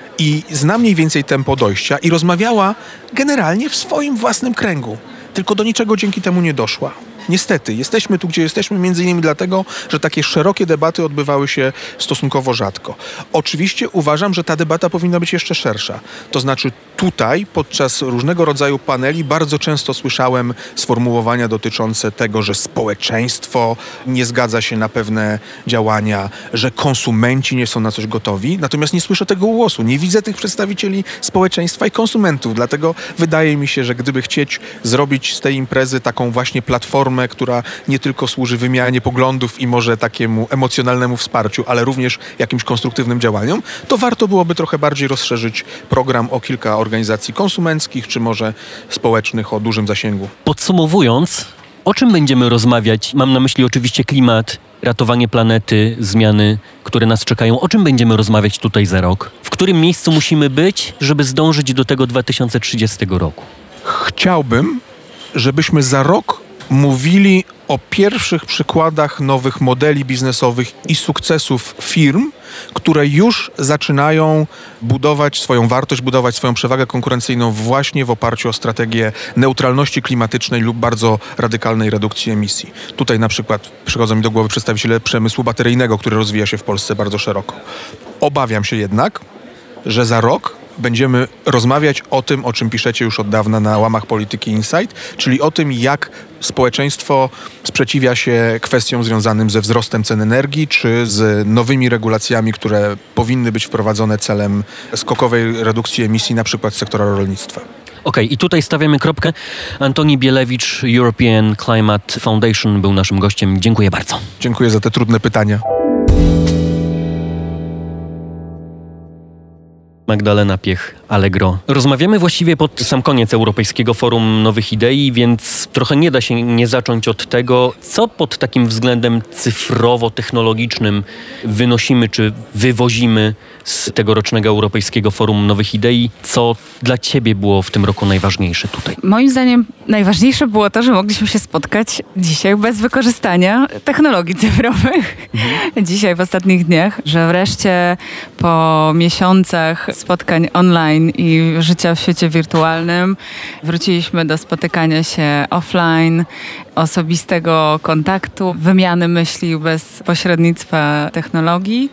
i zna mniej więcej tempo dojścia i rozmawiała generalnie w swoim własnym kręgu. Tylko do niczego dzięki temu nie doszła. Niestety, jesteśmy tu, gdzie jesteśmy, między innymi dlatego, że takie szerokie debaty odbywały się stosunkowo rzadko. Oczywiście uważam, że ta debata powinna być jeszcze szersza. To znaczy tutaj, podczas różnego rodzaju paneli, bardzo często słyszałem sformułowania dotyczące tego, że społeczeństwo nie zgadza się na pewne działania, że konsumenci nie są na coś gotowi. Natomiast nie słyszę tego głosu. Nie widzę tych przedstawicieli społeczeństwa i konsumentów. Dlatego wydaje mi się, że gdyby chcieć zrobić z tej imprezy taką właśnie platformę, która nie tylko służy wymianie poglądów i może takiemu emocjonalnemu wsparciu, ale również jakimś konstruktywnym działaniom, to warto byłoby trochę bardziej rozszerzyć program o kilka organizacji konsumenckich, czy może społecznych o dużym zasięgu. Podsumowując, o czym będziemy rozmawiać? Mam na myśli oczywiście klimat, ratowanie planety, zmiany, które nas czekają. O czym będziemy rozmawiać tutaj za rok? W którym miejscu musimy być, żeby zdążyć do tego dwa tysiące trzydziestego roku? Chciałbym, żebyśmy za rok mówili o pierwszych przykładach nowych modeli biznesowych i sukcesów firm, które już zaczynają budować swoją wartość, budować swoją przewagę konkurencyjną właśnie w oparciu o strategię neutralności klimatycznej lub bardzo radykalnej redukcji emisji. Tutaj na przykład przychodzą mi do głowy przedstawiciele przemysłu bateryjnego, który rozwija się w Polsce bardzo szeroko. Obawiam się jednak, że za rok będziemy rozmawiać o tym, o czym piszecie już od dawna na łamach Polityki Insight, czyli o tym, jak społeczeństwo sprzeciwia się kwestiom związanym ze wzrostem cen energii, czy z nowymi regulacjami, które powinny być wprowadzone celem skokowej redukcji emisji, na przykład z sektora rolnictwa. Okej, okay, i tutaj stawiamy kropkę. Antoni Bielewicz, European Climate Foundation, był naszym gościem. Dziękuję bardzo. Dziękuję za te trudne pytania. Magdalena Piech, Allegro. Rozmawiamy właściwie pod sam koniec Europejskiego Forum Nowych Idei, więc trochę nie da się nie zacząć od tego, co pod takim względem cyfrowo-technologicznym wynosimy czy wywozimy z tegorocznego Europejskiego Forum Nowych Idei. Co dla Ciebie było w tym roku najważniejsze tutaj? Moim zdaniem najważniejsze było to, że mogliśmy się spotkać dzisiaj bez wykorzystania technologii cyfrowych. Mhm. Dzisiaj w ostatnich dniach, że wreszcie po miesiącach spotkań online i życia w świecie wirtualnym wróciliśmy do spotykania się offline, osobistego kontaktu, wymiany myśli bez pośrednictwa technologii.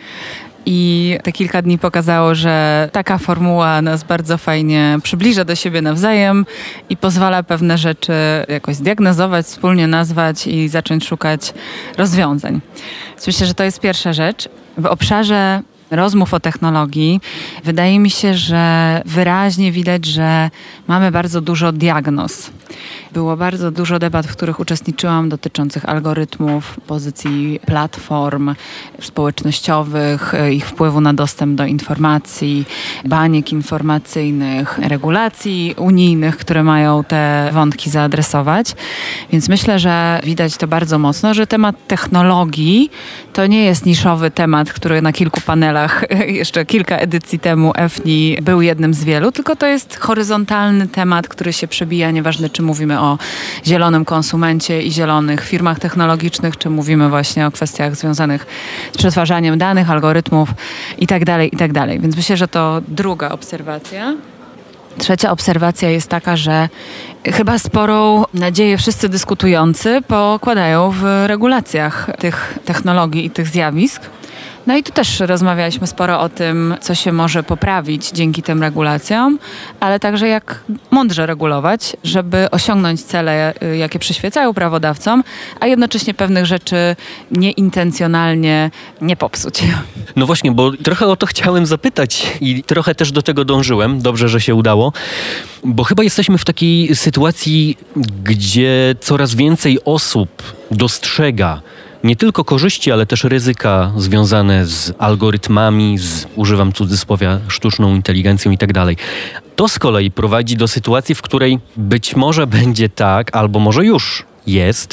I te kilka dni pokazało, że taka formuła nas bardzo fajnie przybliża do siebie nawzajem i pozwala pewne rzeczy jakoś zdiagnozować, wspólnie nazwać i zacząć szukać rozwiązań. Myślę, że to jest pierwsza rzecz. W obszarze rozmów o technologii wydaje mi się, że wyraźnie widać, że mamy bardzo dużo diagnoz. Było bardzo dużo debat, w których uczestniczyłam, dotyczących algorytmów, pozycji platform społecznościowych, ich wpływu na dostęp do informacji, baniek informacyjnych, regulacji unijnych, które mają te wątki zaadresować. Więc myślę, że widać to bardzo mocno, że temat technologii to nie jest niszowy temat, który na kilku panelach jeszcze kilka edycji temu E F N I był jednym z wielu, tylko to jest horyzontalny temat, który się przebija, nieważne czy mówimy o zielonym konsumencie i zielonych firmach technologicznych, czy mówimy właśnie o kwestiach związanych z przetwarzaniem danych, algorytmów i tak dalej, i tak dalej. Więc myślę, że to druga obserwacja. Trzecia obserwacja jest taka, że chyba sporą nadzieję wszyscy dyskutujący pokładają w regulacjach tych technologii i tych zjawisk. No i tu też rozmawialiśmy sporo o tym, co się może poprawić dzięki tym regulacjom, ale także jak mądrze regulować, żeby osiągnąć cele, jakie przyświecają prawodawcom, a jednocześnie pewnych rzeczy nieintencjonalnie nie popsuć. No właśnie, bo trochę o to chciałem zapytać i trochę też do tego dążyłem. Dobrze, że się udało. Bo chyba jesteśmy w takiej sytuacji, gdzie coraz więcej osób dostrzega nie tylko korzyści, ale też ryzyka związane z algorytmami, z, używam cudzysłowia, sztuczną inteligencją i tak dalej. To z kolei prowadzi do sytuacji, w której być może będzie tak, albo może już jest,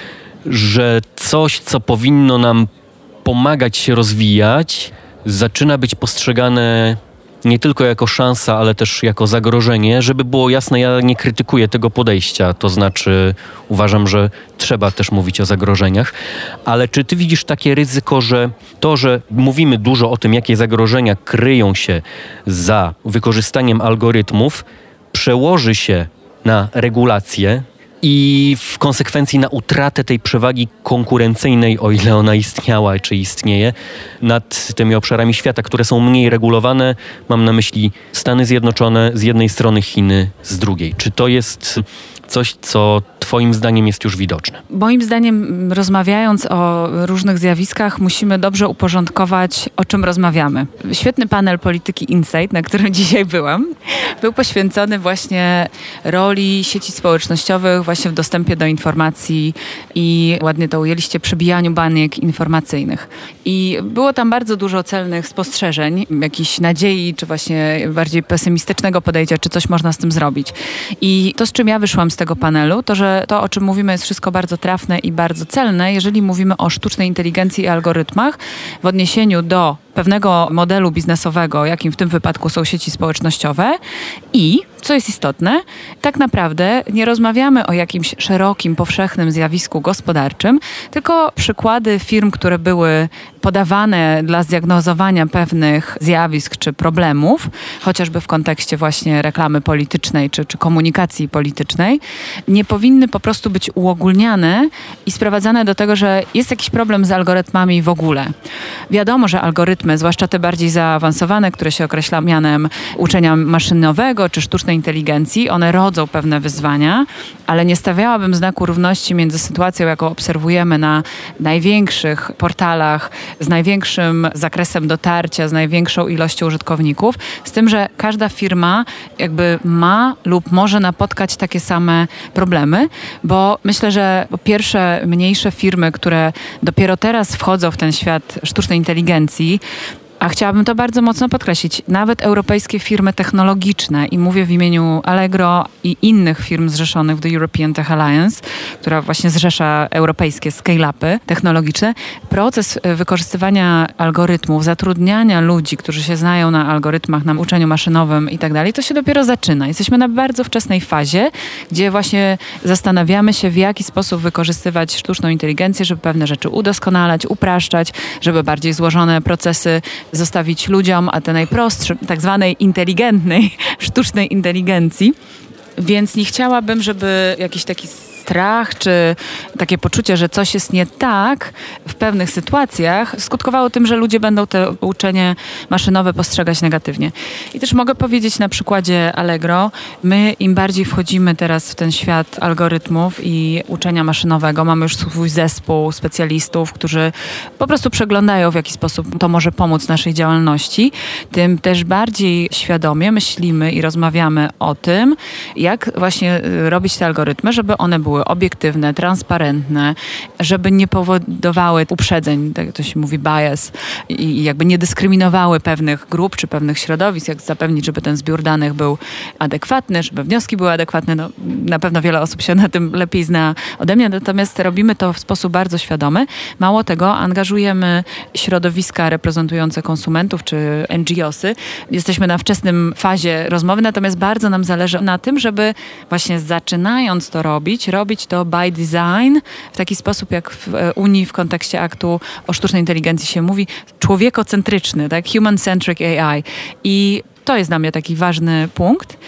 że coś, co powinno nam pomagać się rozwijać, zaczyna być postrzegane nie tylko jako szansa, ale też jako zagrożenie. Żeby było jasne, ja nie krytykuję tego podejścia, to znaczy uważam, że trzeba też mówić o zagrożeniach, ale czy ty widzisz takie ryzyko, że to, że mówimy dużo o tym, jakie zagrożenia kryją się za wykorzystaniem algorytmów, przełoży się na regulacje i w konsekwencji na utratę tej przewagi konkurencyjnej, o ile ona istniała czy istnieje, nad tymi obszarami świata, które są mniej regulowane. Mam na myśli Stany Zjednoczone z jednej strony, Chiny z drugiej. Czy to jest coś, co twoim zdaniem jest już widoczne? Moim zdaniem, rozmawiając o różnych zjawiskach, musimy dobrze uporządkować, o czym rozmawiamy. Świetny panel Polityki Insight, na którym dzisiaj byłam, był poświęcony właśnie roli sieci społecznościowych właśnie w dostępie do informacji i ładnie to ujęliście, przebijaniu baniek informacyjnych. I było tam bardzo dużo celnych spostrzeżeń, jakichś nadziei, czy właśnie bardziej pesymistycznego podejścia, czy coś można z tym zrobić. I to, z czym ja wyszłam z tego panelu, to, że to, o czym mówimy, jest wszystko bardzo trafne i bardzo celne, jeżeli mówimy o sztucznej inteligencji i algorytmach w odniesieniu do pewnego modelu biznesowego, jakim w tym wypadku są sieci społecznościowe i, co jest istotne, tak naprawdę nie rozmawiamy o jakimś szerokim, powszechnym zjawisku gospodarczym, tylko przykłady firm, które były podawane dla zdiagnozowania pewnych zjawisk czy problemów, chociażby w kontekście właśnie reklamy politycznej czy, czy komunikacji politycznej, nie powinny po prostu być uogólniane i sprowadzane do tego, że jest jakiś problem z algorytmami w ogóle. Wiadomo, że algorytmy, zwłaszcza te bardziej zaawansowane, które się określa mianem uczenia maszynowego czy sztucznej inteligencji, one rodzą pewne wyzwania, ale nie stawiałabym znaku równości między sytuacją, jaką obserwujemy na największych portalach, z największym zakresem dotarcia, z największą ilością użytkowników, z tym, że każda firma jakby ma lub może napotkać takie same problemy, bo myślę, że po pierwsze mniejsze firmy, które dopiero teraz wchodzą w ten świat sztucznej inteligencji, a chciałabym to bardzo mocno podkreślić, nawet europejskie firmy technologiczne, i mówię w imieniu Allegro i innych firm zrzeszonych w The European Tech Alliance, która właśnie zrzesza europejskie scale-upy technologiczne, proces wykorzystywania algorytmów, zatrudniania ludzi, którzy się znają na algorytmach, na uczeniu maszynowym i tak dalej, to się dopiero zaczyna. Jesteśmy na bardzo wczesnej fazie, gdzie właśnie zastanawiamy się, w jaki sposób wykorzystywać sztuczną inteligencję, żeby pewne rzeczy udoskonalać, upraszczać, żeby bardziej złożone procesy zostawić ludziom, a te najprostsze, tak zwanej inteligentnej, sztucznej inteligencji. Więc nie chciałabym, żeby jakiś taki strach, czy takie poczucie, że coś jest nie tak w pewnych sytuacjach, skutkowało tym, że ludzie będą te uczenie maszynowe postrzegać negatywnie. I też mogę powiedzieć na przykładzie Allegro, my im bardziej wchodzimy teraz w ten świat algorytmów i uczenia maszynowego, mamy już swój zespół specjalistów, którzy po prostu przeglądają, w jaki sposób to może pomóc naszej działalności, tym też bardziej świadomie myślimy i rozmawiamy o tym, jak właśnie robić te algorytmy, żeby one były obiektywne, transparentne, żeby nie powodowały uprzedzeń, tak to się mówi bias, i jakby nie dyskryminowały pewnych grup czy pewnych środowisk, jak zapewnić, żeby ten zbiór danych był adekwatny, żeby wnioski były adekwatne. No, na pewno wiele osób się na tym lepiej zna ode mnie, natomiast robimy to w sposób bardzo świadomy. Mało tego, angażujemy środowiska reprezentujące konsumentów czy N G O sy. Jesteśmy na wczesnym fazie rozmowy, natomiast bardzo nam zależy na tym, żeby właśnie zaczynając to robić, robić to by design, w taki sposób, jak w Unii w kontekście aktu o sztucznej inteligencji się mówi, człowiekocentryczny, tak? Human-centric A I. I to jest dla mnie taki ważny punkt.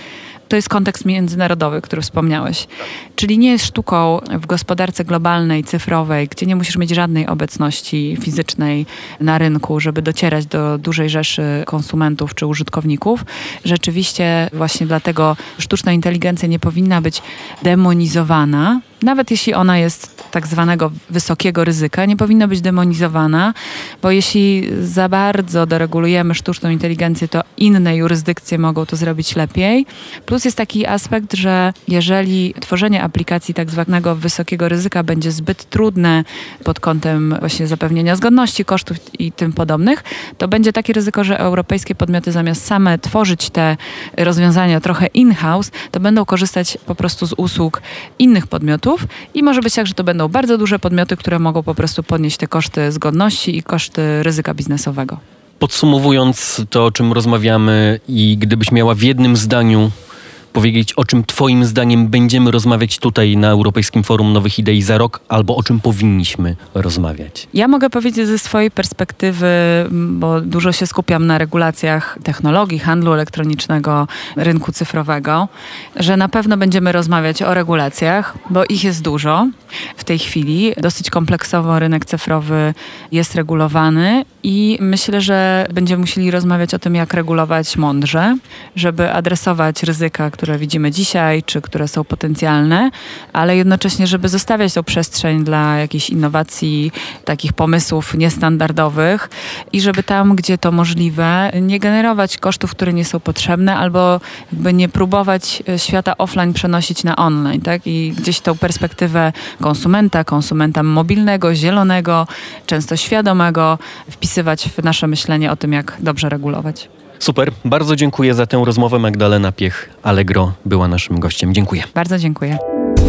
to jest kontekst międzynarodowy, który wspomniałeś. Czyli nie jest sztuką w gospodarce globalnej, cyfrowej, gdzie nie musisz mieć żadnej obecności fizycznej na rynku, żeby docierać do dużej rzeszy konsumentów czy użytkowników. Rzeczywiście właśnie dlatego sztuczna inteligencja nie powinna być demonizowana, nawet jeśli ona jest tak zwanego wysokiego ryzyka, nie powinna być demonizowana, bo jeśli za bardzo deregulujemy sztuczną inteligencję, to inne jurysdykcje mogą to zrobić lepiej. Plus jest taki aspekt, że jeżeli tworzenie aplikacji tak zwanego wysokiego ryzyka będzie zbyt trudne pod kątem właśnie zapewnienia zgodności, kosztów i tym podobnych, to będzie takie ryzyko, że europejskie podmioty zamiast same tworzyć te rozwiązania trochę in-house, to będą korzystać po prostu z usług innych podmiotów i może być tak, że to będą bardzo duże podmioty, które mogą po prostu podnieść te koszty zgodności i koszty ryzyka biznesowego. Podsumowując to, o czym rozmawiamy i gdybyś miała w jednym zdaniu powiedzieć, o czym twoim zdaniem będziemy rozmawiać tutaj na Europejskim Forum Nowych Idei za rok, albo o czym powinniśmy rozmawiać? Ja mogę powiedzieć ze swojej perspektywy, bo dużo się skupiam na regulacjach technologii, handlu elektronicznego, rynku cyfrowego, że na pewno będziemy rozmawiać o regulacjach, bo ich jest dużo w tej chwili. Dosyć kompleksowo rynek cyfrowy jest regulowany i myślę, że będziemy musieli rozmawiać o tym, jak regulować mądrze, żeby adresować ryzyka, które widzimy dzisiaj, czy które są potencjalne, ale jednocześnie, żeby zostawiać tą przestrzeń dla jakichś innowacji, takich pomysłów niestandardowych i żeby tam, gdzie to możliwe, nie generować kosztów, które nie są potrzebne, albo jakby nie próbować świata offline przenosić na online, tak? I gdzieś tą perspektywę konsumenta, konsumenta mobilnego, zielonego, często świadomego, wpisywać w nasze myślenie o tym, jak dobrze regulować. Super, bardzo dziękuję za tę rozmowę. Magdalena Piech, Allegro, była naszym gościem. Dziękuję. Bardzo dziękuję.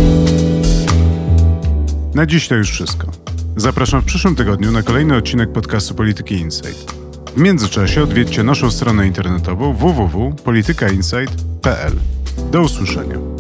Na dziś to już wszystko. Zapraszam w przyszłym tygodniu na kolejny odcinek podcastu Polityki Insight. W międzyczasie odwiedźcie naszą stronę internetową w w w kropka polityka insight kropka p l. Do usłyszenia.